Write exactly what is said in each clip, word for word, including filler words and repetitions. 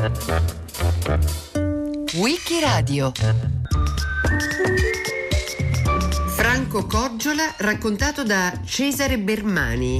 Wikiradio. Franco Coggiola raccontato da Cesare Bermani.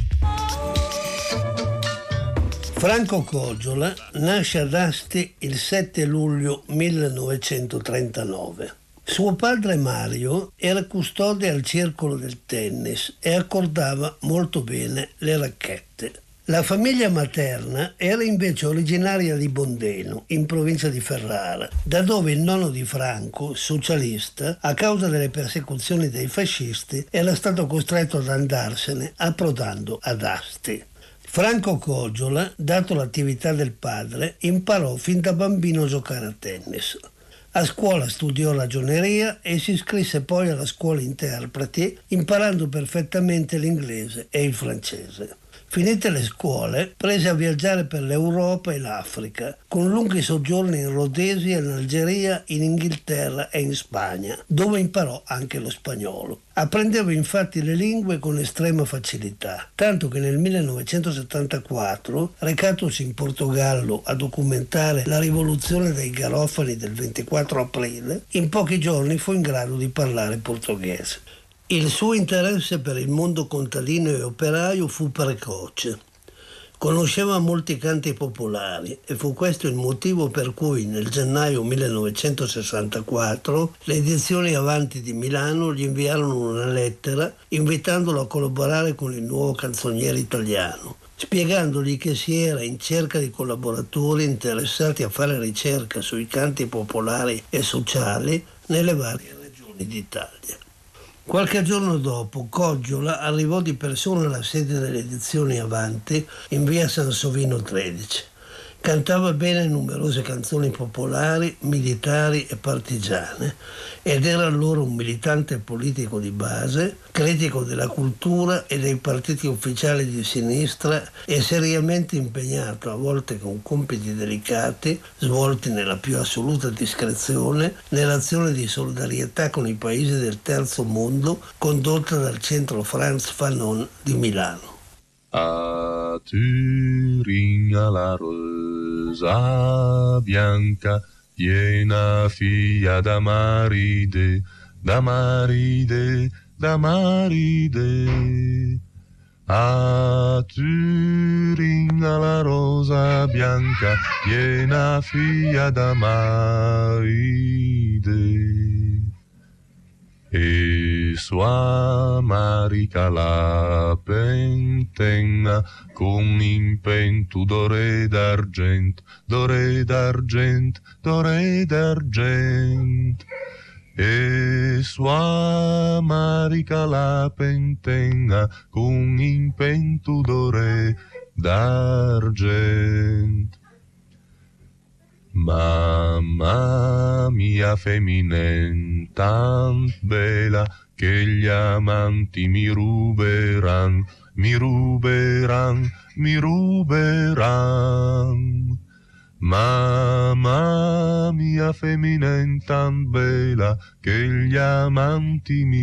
Franco Coggiola nasce ad Asti il sette luglio millenovecentotrentanove. Suo padre Mario era custode al circolo del tennis e accordava molto bene le racchette. La famiglia materna era invece originaria di Bondeno, in provincia di Ferrara, da dove il nonno di Franco, socialista, a causa delle persecuzioni dei fascisti, era stato costretto ad andarsene, approdando ad Asti. Franco Coggiola, dato l'attività del padre, imparò fin da bambino a giocare a tennis. A scuola studiò ragioneria e si iscrisse poi alla scuola interpreti, imparando perfettamente l'inglese e il francese. Finite le scuole, prese a viaggiare per l'Europa e l'Africa, con lunghi soggiorni in Rhodesia, in Algeria, in Inghilterra e in Spagna, dove imparò anche lo spagnolo. Apprendeva infatti le lingue con estrema facilità, tanto che nel millenovecentosettantaquattro, recatosi in Portogallo a documentare la rivoluzione dei Garofani del ventiquattro aprile, in pochi giorni fu in grado di parlare portoghese. Il suo interesse per il mondo contadino e operaio fu precoce. Conosceva molti canti popolari e fu questo il motivo per cui nel gennaio millenovecentosessantaquattro le edizioni Avanti di Milano gli inviarono una lettera invitandolo a collaborare con il nuovo canzoniere italiano, spiegandogli che si era in cerca di collaboratori interessati a fare ricerca sui canti popolari e sociali nelle varie regioni d'Italia. Qualche giorno dopo, Coggiola arrivò di persona alla sede delle edizioni Avanti in via Sansovino tredici. Cantava bene numerose canzoni popolari, militari e partigiane ed era allora un militante politico di base, critico della cultura e dei partiti ufficiali di sinistra e seriamente impegnato, a volte con compiti delicati, svolti nella più assoluta discrezione, nell'azione di solidarietà con i paesi del terzo mondo condotta dal centro Franz Fanon di Milano. A Turinga la rosa bianca piena figlia da maride, da maride, da maride. A Turinga la rosa bianca piena figlia da maride. E sua marica la pentenna con impentu d'ore d'argent, d'ore d'argent, d'ore d'argent. E sua marica la pentenna con impentu d'ore d'argent. Mamma mia feminen tant bella che gli amanti mi ruberan, mi ruberan, mi ruberan. Mamma mia feminen tant bella che gli amanti mi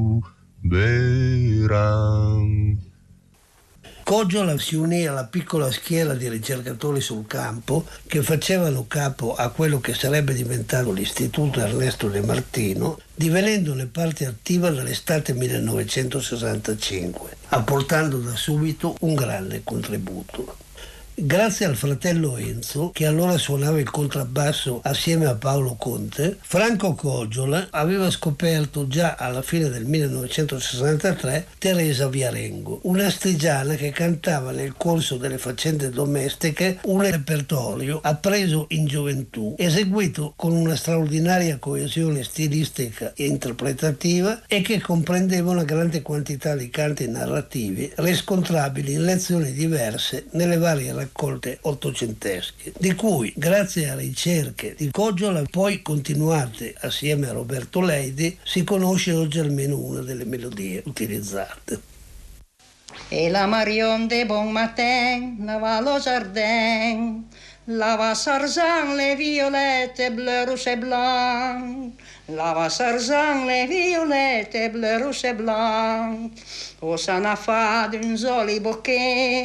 ruberan. Coggiola si unì alla piccola schiera di ricercatori sul campo che facevano capo a quello che sarebbe diventato l'Istituto Ernesto De Martino, divenendone parte attiva dall'estate millenovecentosessantacinque, apportando da subito un grande contributo. Grazie al fratello Enzo, che allora suonava il contrabbasso assieme a Paolo Conte, Franco Coggiola aveva scoperto già alla fine del millenovecentosessantatré Teresa Viarengo, un'astrigiana che cantava nel corso delle faccende domestiche un repertorio appreso in gioventù, eseguito con una straordinaria coesione stilistica e interpretativa e che comprendeva una grande quantità di canti narrativi riscontrabili in lezioni diverse nelle varie raccolte ottocentesche, di cui, grazie a ricerche di Coggiola poi continuate assieme a Roberto Leidi, si conosce oggi almeno una delle melodie utilizzate. Et la Marion de bon matin lava le jardin, lava sargent les violettes bleues, rouges et blancs, lava sargent les violettes bleues, rouges et blancs. Oh, ça n'a pas d'un joli bouquet,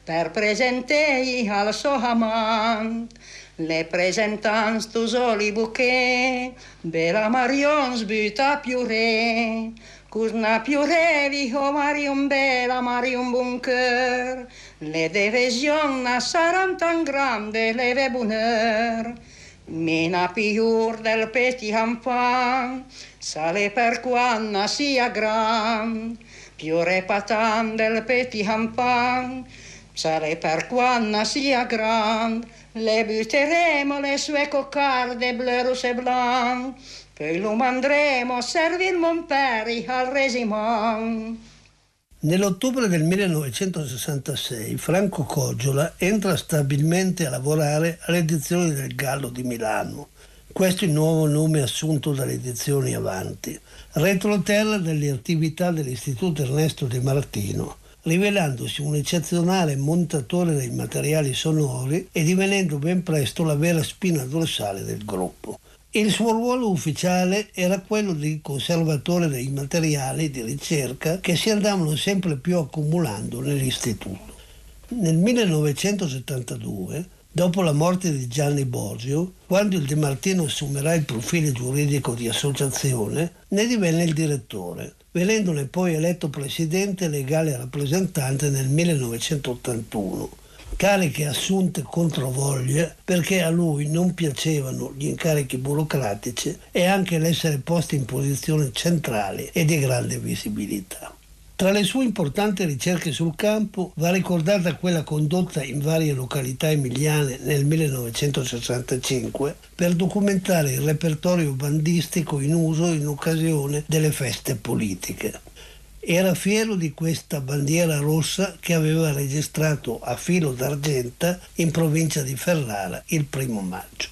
per presentare al suo amante. Le presentans tu soli bouquet, bella Marion sbuta più re, cusna più re, viho Marion bella, Marion bon cœur, le division saranno tan grande, le ve bonheur, mina più del petit enfant, sale per quanna sia gran, più repatan del petit enfant, sale per quanna sia gran, le butteremo le sue coccarde bleu, rouge et blanc, poi lo mandremo a servir mon père al regiment. Nell'ottobre del millenovecentosessantasei Franco Coggiola entra stabilmente a lavorare alle edizioni del Gallo di Milano. Questo è il nuovo nome assunto dalle edizioni Avanti, retroterra delle attività dell'Istituto Ernesto De Martino, rivelandosi un eccezionale montatore dei materiali sonori e divenendo ben presto la vera spina dorsale del gruppo. Il suo ruolo ufficiale era quello di conservatore dei materiali di ricerca che si andavano sempre più accumulando nell'istituto. Nel millenovecentosettantadue, dopo la morte di Gianni Bosio, quando il De Martino assumerà il profilo giuridico di associazione, ne divenne il direttore, venendone poi eletto presidente e legale rappresentante nel millenovecentottantuno, cariche assunte controvoglia perché a lui non piacevano gli incarichi burocratici e anche l'essere posto in posizioni centrali e di grande visibilità. Tra le sue importanti ricerche sul campo va ricordata quella condotta in varie località emiliane nel millenovecentosessantacinque per documentare il repertorio bandistico in uso in occasione delle feste politiche. Era fiero di questa bandiera rossa che aveva registrato a Filo d'Argenta in provincia di Ferrara il primo maggio.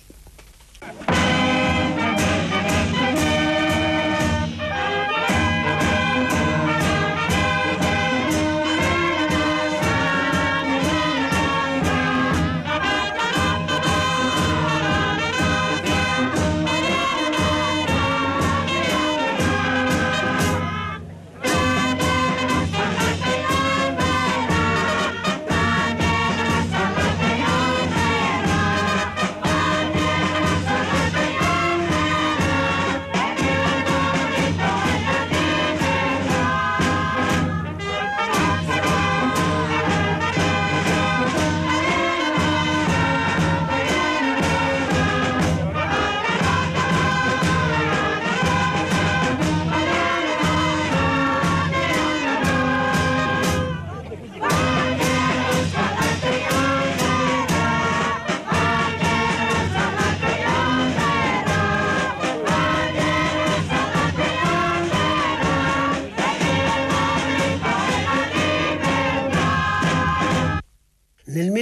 Nel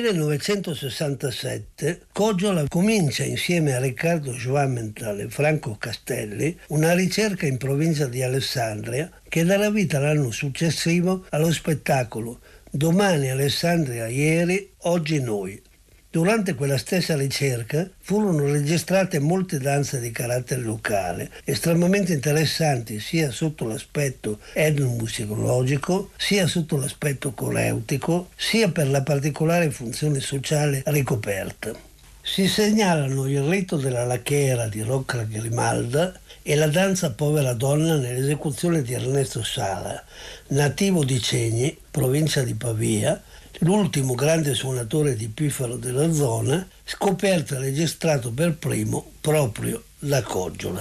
millenovecentosessantasette Coggiola comincia insieme a Riccardo Schwamenthal e Franco Castelli una ricerca in provincia di Alessandria che darà vita l'anno successivo allo spettacolo Domani Alessandria, ieri, oggi noi. Durante quella stessa ricerca furono registrate molte danze di carattere locale, estremamente interessanti sia sotto l'aspetto etnomusicologico, sia sotto l'aspetto coreutico, sia per la particolare funzione sociale ricoperta. Si segnalano il rito della lachera di Rocca Grimalda e la danza Povera Donna nell'esecuzione di Ernesto Sala, nativo di Cegni, provincia di Pavia, l'ultimo grande suonatore di piffero della zona, scoperto e registrato per primo proprio da Coggiola.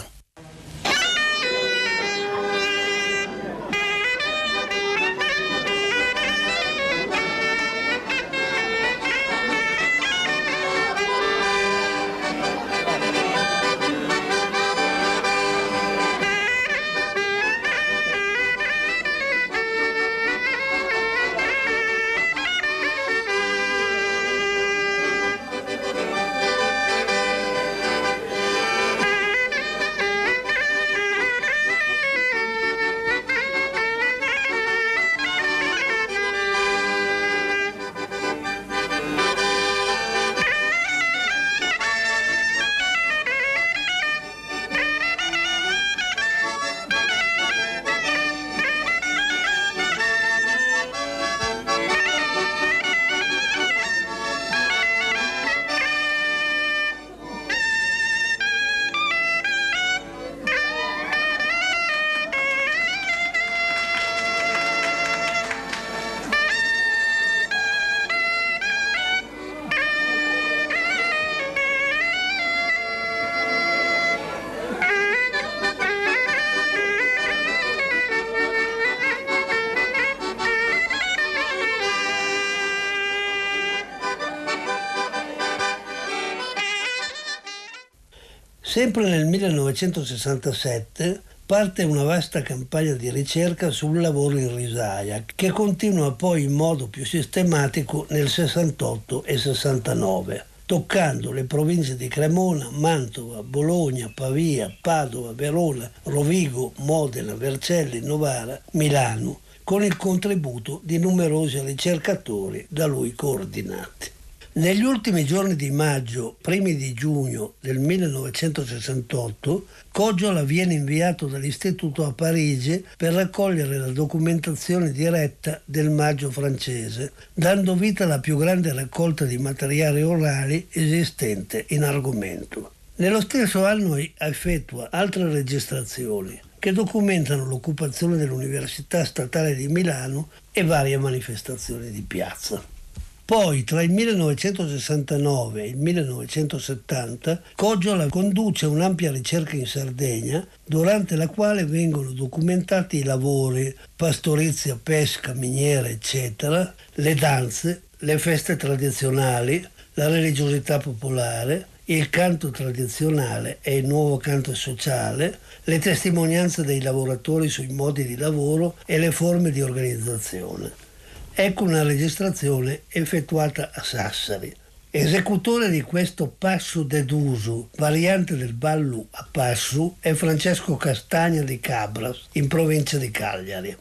Sempre nel millenovecentosessantasette parte una vasta campagna di ricerca sul lavoro in risaia, che continua poi in modo più sistematico nel sessantotto e sessantanove, toccando le province di Cremona, Mantova, Bologna, Pavia, Padova, Verona, Rovigo, Modena, Vercelli, Novara, Milano, con il contributo di numerosi ricercatori da lui coordinati. Negli ultimi giorni di maggio, primi di giugno del millenovecentosessantotto, Coggiola viene inviato dall'Istituto a Parigi per raccogliere la documentazione diretta del Maggio francese, dando vita alla più grande raccolta di materiali orali esistente in argomento. Nello stesso anno effettua altre registrazioni che documentano l'occupazione dell'Università Statale di Milano e varie manifestazioni di piazza. Poi, tra il millenovecentosessantanove e il millenovecentosettanta, Coggiola conduce un'ampia ricerca in Sardegna, durante la quale vengono documentati i lavori, pastorizia, pesca, miniera, eccetera, le danze, le feste tradizionali, la religiosità popolare, il canto tradizionale e il nuovo canto sociale, le testimonianze dei lavoratori sui modi di lavoro e le forme di organizzazione. Ecco una registrazione effettuata a Sassari. Esecutore di questo passo deduso, variante del ballo a passo, è Francesco Castagna di Cabras, in provincia di Cagliari.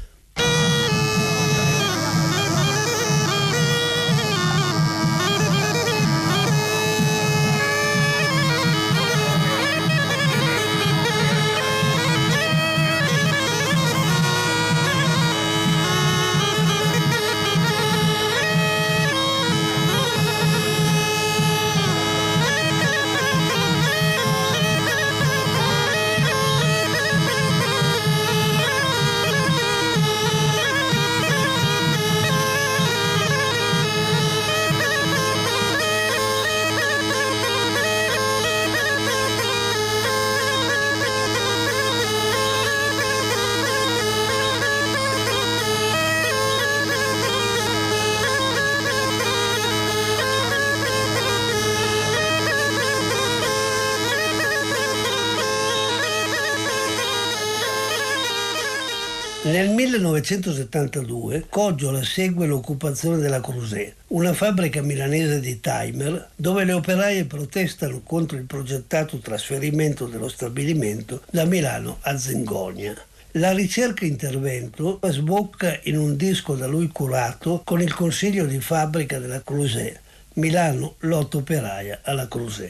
Nel millenovecentosettantadue Coggiola segue l'occupazione della Crusè, una fabbrica milanese di timer, dove le operaie protestano contro il progettato trasferimento dello stabilimento da Milano a Zengonia. La ricerca-intervento sbocca in un disco da lui curato con il consiglio di fabbrica della Crusè, Milano, lotta operaia alla Crusè.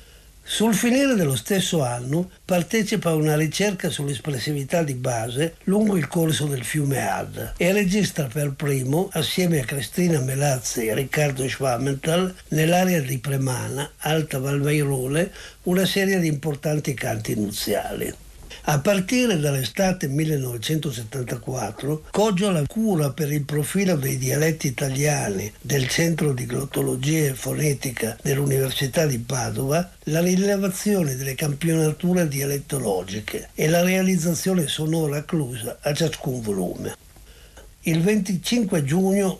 Sul finire dello stesso anno partecipa a una ricerca sull'espressività di base lungo il corso del fiume Adda e registra per primo, assieme a Cristina Melazzi e Riccardo Schwamenthal, nell'area di Premana, Alta Valvairole, una serie di importanti canti nuziali. A partire dall'estate millenovecentosettantaquattro, Coggiola cura per il profilo dei dialetti italiani del Centro di Glottologia e Fonetica dell'Università di Padova la rilevazione delle campionature dialettologiche e la realizzazione sonora acclusa a ciascun volume. Il venticinque giugno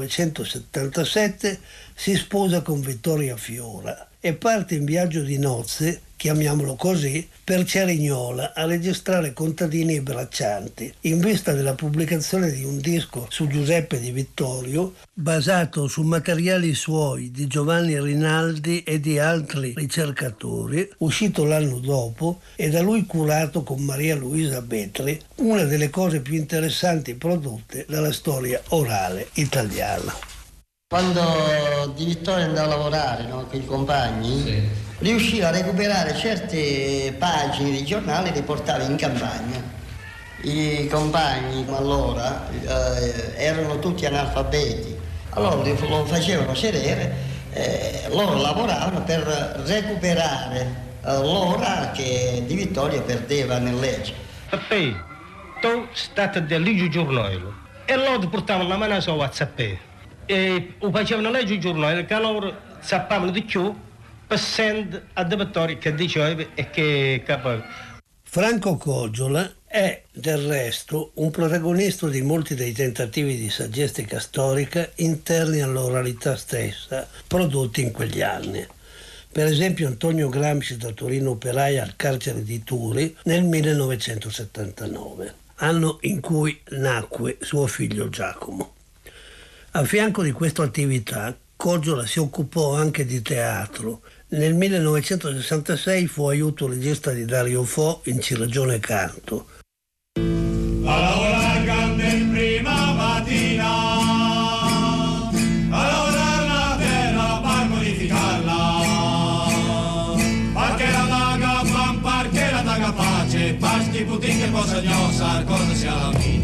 millenovecentosettantasette si sposa con Vittoria Fiora e parte in viaggio di nozze, chiamiamolo così, per Cerignola a registrare contadini e braccianti, in vista della pubblicazione di un disco su Giuseppe Di Vittorio, basato su materiali suoi di Giovanni Rinaldi e di altri ricercatori, uscito l'anno dopo e da lui curato con Maria Luisa Betri, una delle cose più interessanti prodotte dalla storia orale italiana. Quando Di Vittorio andava a lavorare, no, con i compagni, sì, riusciva a recuperare certe pagine di giornali e le portava in campagna. I compagni allora eh, erano tutti analfabeti, allora lo facevano sedere, eh, loro lavoravano per recuperare eh, l'ora che Di Vittorio perdeva nel legge. Poi, tu state del ligio giornale e loro portavano la mano su WhatsApp. E o facevano leggere il giornale che loro sapevano di più, passando a Di Vittorio che diceva e che capeva. Franco Coggiola è del resto un protagonista di molti dei tentativi di saggistica storica interni all'oralità stessa prodotti in quegli anni. Per esempio Antonio Gramsci da Torino Operaia al carcere di Turi nel millenovecentosettantanove, anno in cui nacque suo figlio Giacomo. A fianco di questa attività, Coggiola si occupò anche di teatro. Nel millenovecentosessantasei fu aiuto regista di Dario Fo in Ciragione Canto. A lavorare grande in prima mattina, a lavorare la terra per modificarla, perché la daga pan, perché la daga pace, paschi putin che possa gnosar cosa sia la vita.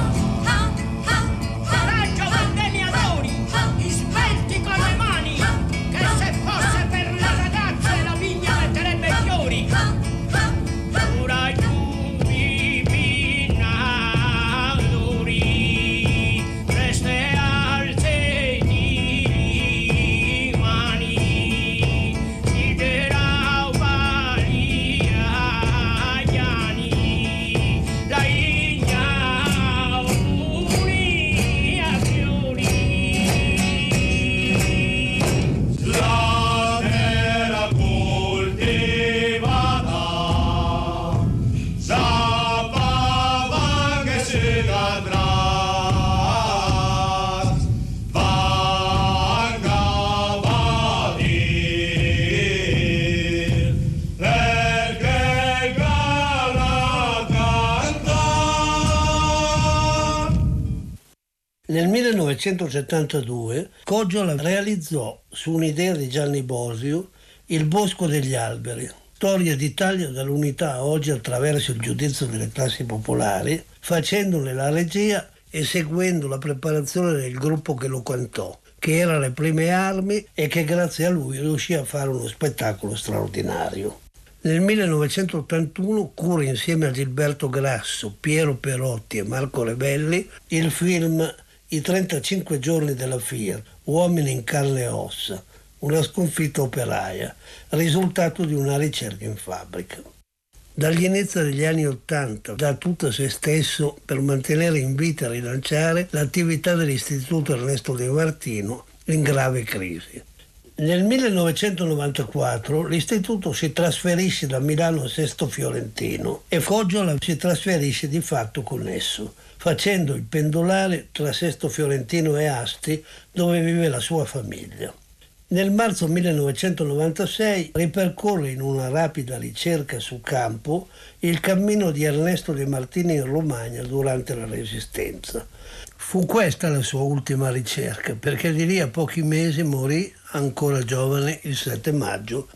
Nel millenovecentosettantadue Coggiola realizzò, su un'idea di Gianni Bosio, Il bosco degli alberi, storia d'Italia dall'unità a oggi attraverso il giudizio delle classi popolari, facendone la regia e seguendo la preparazione del gruppo che lo cantò, che era alle prime armi e che grazie a lui riuscì a fare uno spettacolo straordinario. Nel millenovecentottantuno cura insieme a Gilberto Grasso, Piero Perotti e Marco Rebelli il film I trentacinque giorni della Fiat, Uomini in carne e ossa, una sconfitta operaia, risultato di una ricerca in fabbrica. Dagli inizi degli anni Ottanta dà tutto a se stesso per mantenere in vita e rilanciare l'attività dell'Istituto Ernesto De Martino in grave crisi. Nel millenovecentonovantaquattro l'istituto si trasferisce da Milano a Sesto Fiorentino e Coggiola si trasferisce di fatto con esso, facendo il pendolare tra Sesto Fiorentino e Asti, dove vive la sua famiglia. Nel marzo millenovecentonovantasei ripercorre in una rapida ricerca su campo il cammino di Ernesto De Martini in Romagna durante la Resistenza. Fu questa la sua ultima ricerca, perché di lì a pochi mesi morì ancora giovane il sette maggio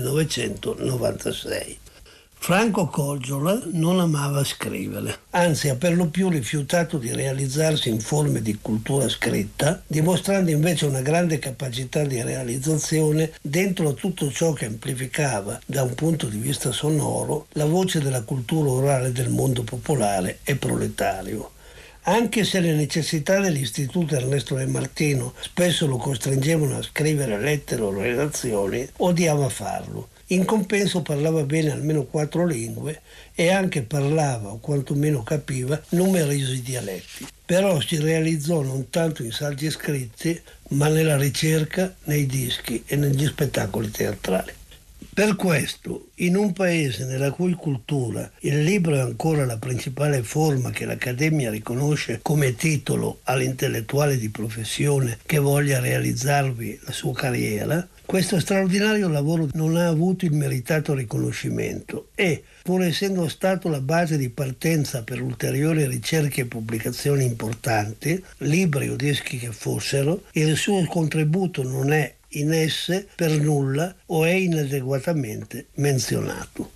millenovecentonovantasei. Franco Coggiola non amava scrivere, anzi ha per lo più rifiutato di realizzarsi in forme di cultura scritta, dimostrando invece una grande capacità di realizzazione dentro tutto ciò che amplificava, da un punto di vista sonoro, la voce della cultura orale del mondo popolare e proletario. Anche se le necessità dell'Istituto Ernesto De Martino spesso lo costringevano a scrivere lettere o relazioni, odiava farlo. In compenso parlava bene almeno quattro lingue e anche parlava, o quantomeno capiva, numerosi dialetti. Però si realizzò non tanto in saggi scritti, ma nella ricerca, nei dischi e negli spettacoli teatrali. Per questo, in un paese nella cui cultura il libro è ancora la principale forma che l'Accademia riconosce come titolo all'intellettuale di professione che voglia realizzarvi la sua carriera, questo straordinario lavoro non ha avuto il meritato riconoscimento e, pur essendo stato la base di partenza per ulteriori ricerche e pubblicazioni importanti, libri o dischi che fossero, il suo contributo non è in esse per nulla o è inadeguatamente menzionato.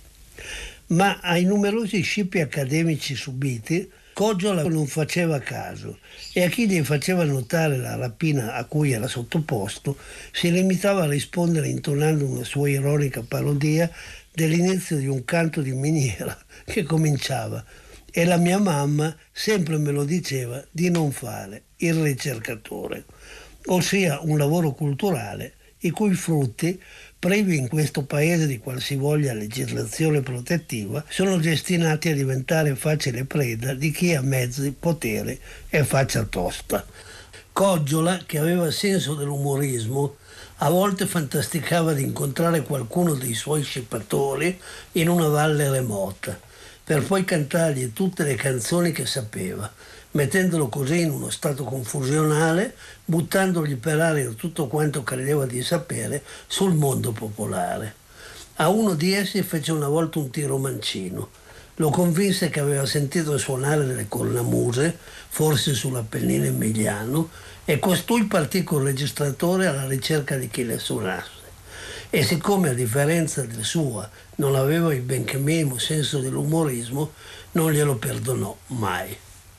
Ma ai numerosi scippi accademici subiti, Coggiola non faceva caso e a chi gli faceva notare la rapina a cui era sottoposto si limitava a rispondere intonando una sua ironica parodia dell'inizio di un canto di miniera che cominciava: e la mia mamma sempre me lo diceva di non fare il ricercatore, ossia un lavoro culturale i cui frutti, privi in questo paese di qualsivoglia legislazione protettiva, sono destinati a diventare facile preda di chi ha mezzi, potere e faccia tosta. Coggiola, che aveva senso dell'umorismo, A volte fantasticava di incontrare qualcuno dei suoi scippatori in una valle remota, per poi cantargli tutte le canzoni che sapeva, mettendolo così in uno stato confusionale, buttandogli per aria tutto quanto credeva di sapere sul mondo popolare. A uno di essi fece una volta un tiro mancino. Lo convinse che aveva sentito suonare delle cornamuse, forse sull'Appennino emiliano, e costui partì col registratore alla ricerca di chi le suonasse. E siccome, a differenza del suo, non aveva il benché minimo senso dell'umorismo, non glielo perdonò mai.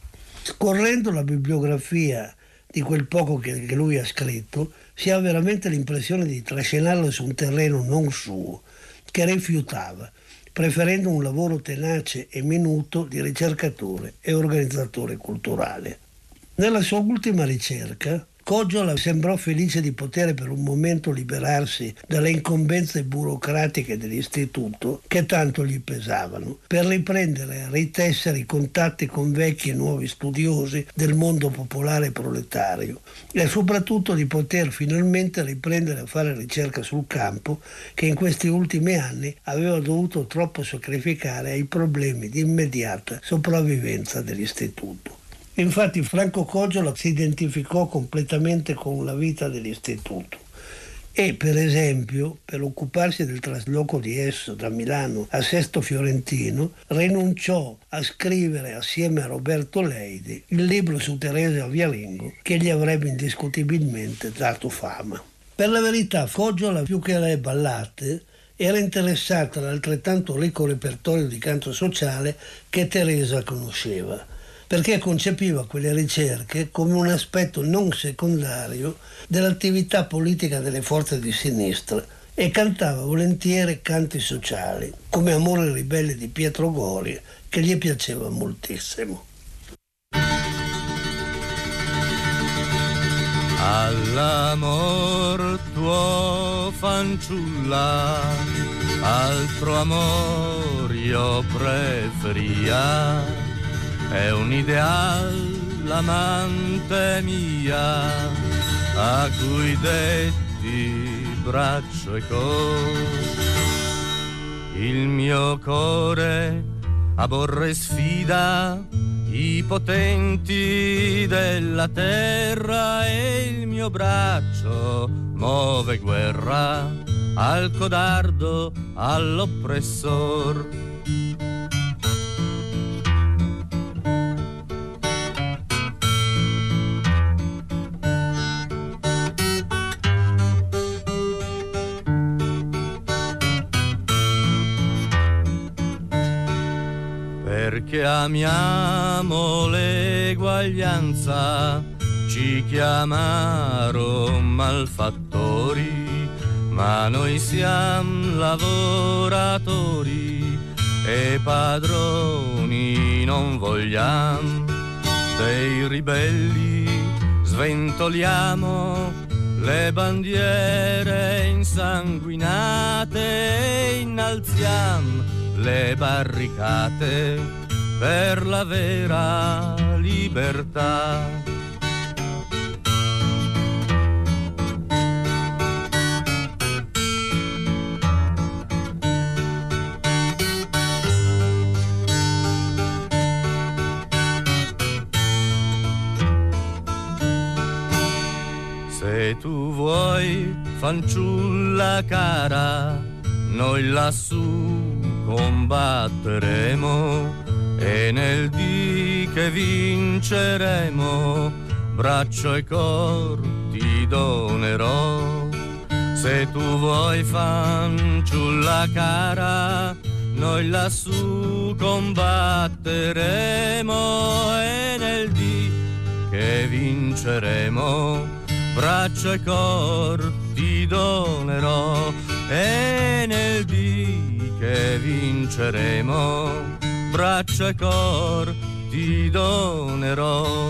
Scorrendo la bibliografia di quel poco che, che lui ha scritto, si ha veramente l'impressione di trascinarlo su un terreno non suo, che rifiutava, preferendo un lavoro tenace e minuto di ricercatore e organizzatore culturale. Nella sua ultima ricerca, Coggiola sembrò felice di poter per un momento liberarsi dalle incombenze burocratiche dell'istituto che tanto gli pesavano, per riprendere e ritessere i contatti con vecchi e nuovi studiosi del mondo popolare proletario e soprattutto di poter finalmente riprendere a fare ricerca sul campo che in questi ultimi anni aveva dovuto troppo sacrificare ai problemi di immediata sopravvivenza dell'istituto. Infatti Franco Coggiola si identificò completamente con la vita dell'istituto e, per esempio, per occuparsi del trasloco di esso da Milano a Sesto Fiorentino, rinunciò a scrivere assieme a Roberto Leidi il libro su Teresa Vialingo che gli avrebbe indiscutibilmente dato fama. Per la verità, Coggiola, più che alle ballate, era interessata all'altrettanto ricco repertorio di canto sociale che Teresa conosceva, perché concepiva quelle ricerche come un aspetto non secondario dell'attività politica delle forze di sinistra e cantava volentieri canti sociali, come Amore ribelle di Pietro Gori, che gli piaceva moltissimo. All'amor tuo fanciulla, altro amor io preferia. È un ideal l'amante mia, a cui detti braccio e cor. Il mio cuore aborre sfida i potenti della terra e il mio braccio muove guerra al codardo, all'oppressor. Perché amiamo l'eguaglianza, ci chiamarono malfattori, ma noi siamo lavoratori e padroni non vogliamo. Dei ribelli sventoliamo le bandiere insanguinate e innalziamo le barricate per la vera libertà. Se tu vuoi, fanciulla cara, noi lassù combatteremo e nel dì che vinceremo braccio e cor ti donerò. Se tu vuoi, fanciulla cara, noi lassù combatteremo e nel dì che vinceremo braccio e cor ti donerò. E nel dì che vinceremo braccio e cor ti donerò.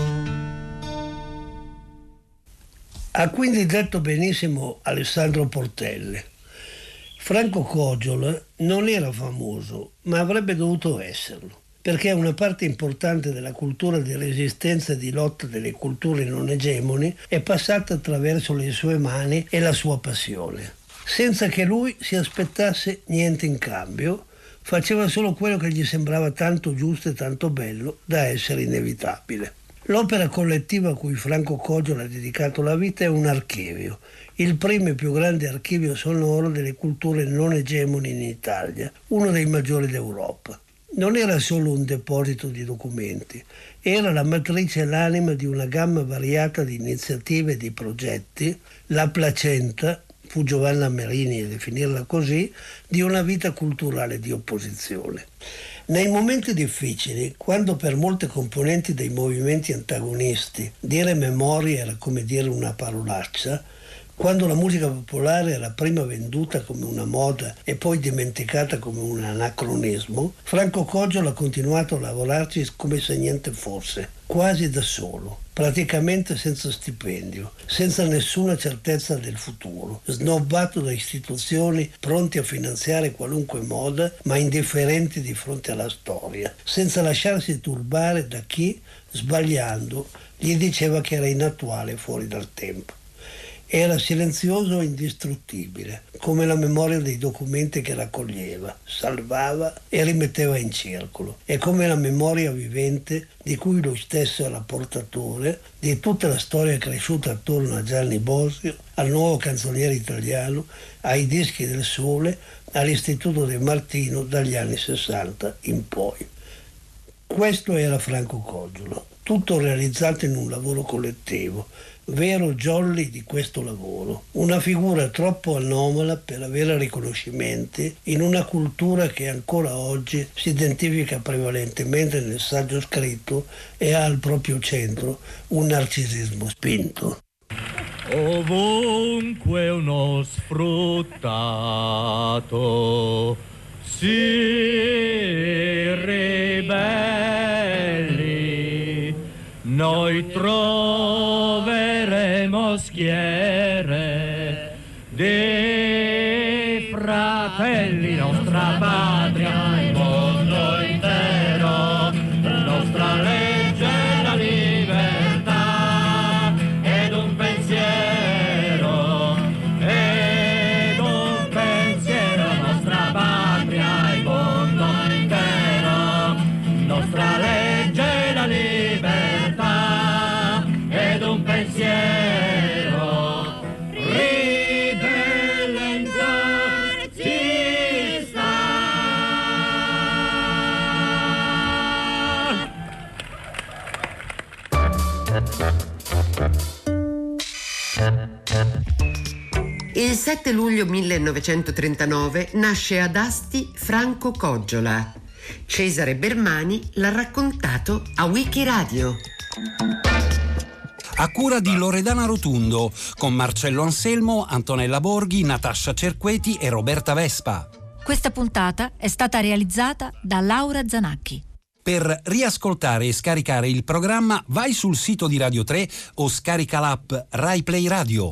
Ha quindi detto benissimo Alessandro Portelle. Franco Coggiola non era famoso, ma avrebbe dovuto esserlo. perché una parte importante della cultura di resistenza e di lotta delle culture non egemoni è passata attraverso le sue mani e la sua passione. Senza che lui si aspettasse niente in cambio, faceva solo quello che gli sembrava tanto giusto e tanto bello da essere inevitabile. L'opera collettiva a cui Franco Coggiola ha dedicato la vita è un archivio, il primo e più grande archivio sonoro delle culture non egemoni in Italia, uno dei maggiori d'Europa. Non era solo un deposito di documenti, era la matrice e l'anima di una gamma variata di iniziative e di progetti, la placenta, fu Giovanna Merini a definirla così, di una vita culturale di opposizione. Nei momenti difficili, quando per molte componenti dei movimenti antagonisti dire memoria era come dire una parolaccia, quando la musica popolare era prima venduta come una moda e poi dimenticata come un anacronismo, Franco Coggiola ha continuato a lavorarci come se niente fosse, quasi da solo, praticamente senza stipendio, senza nessuna certezza del futuro, snobbato da istituzioni pronti a finanziare qualunque moda, ma indifferenti di fronte alla storia, senza lasciarsi turbare da chi, sbagliando, gli diceva che era inattuale e fuori dal tempo. Era silenzioso e indistruttibile, come la memoria dei documenti che raccoglieva, salvava e rimetteva in circolo, e come la memoria vivente di cui lui stesso era portatore, di tutta la storia cresciuta attorno a Gianni Bosio, al nuovo canzoniere italiano, ai dischi del Sole, all'Istituto De Martino dagli anni sessanta in poi. Questo era Franco Coggiola, tutto realizzato in un lavoro collettivo, vero jolly di questo lavoro, una figura troppo anomala per avere riconoscimenti in una cultura che ancora oggi si identifica prevalentemente nel saggio scritto e ha al proprio centro un narcisismo spinto. Ovunque uno sfruttato si ribelli, noi troveremo schiere di fratelli, nostra patria, il mondo intero, nostra legge, la libertà, ed un pensiero, ed un pensiero, nostra patria, il mondo intero, nostra legge, la libertà, ed un pensiero, ribellenza ci sta. Il sette luglio millenovecentotrentanove nasce ad Asti Franco Coggiola. Cesare Bermani l'ha raccontato a Wikiradio. A cura di Loredana Rotundo, con Marcello Anselmo, Antonella Borghi, Natascia Cerqueti e Roberta Vespa. Questa puntata è stata realizzata da Laura Zanacchi. Per riascoltare e scaricare il programma vai sul sito di Radio tre o scarica l'app Rai Play Radio.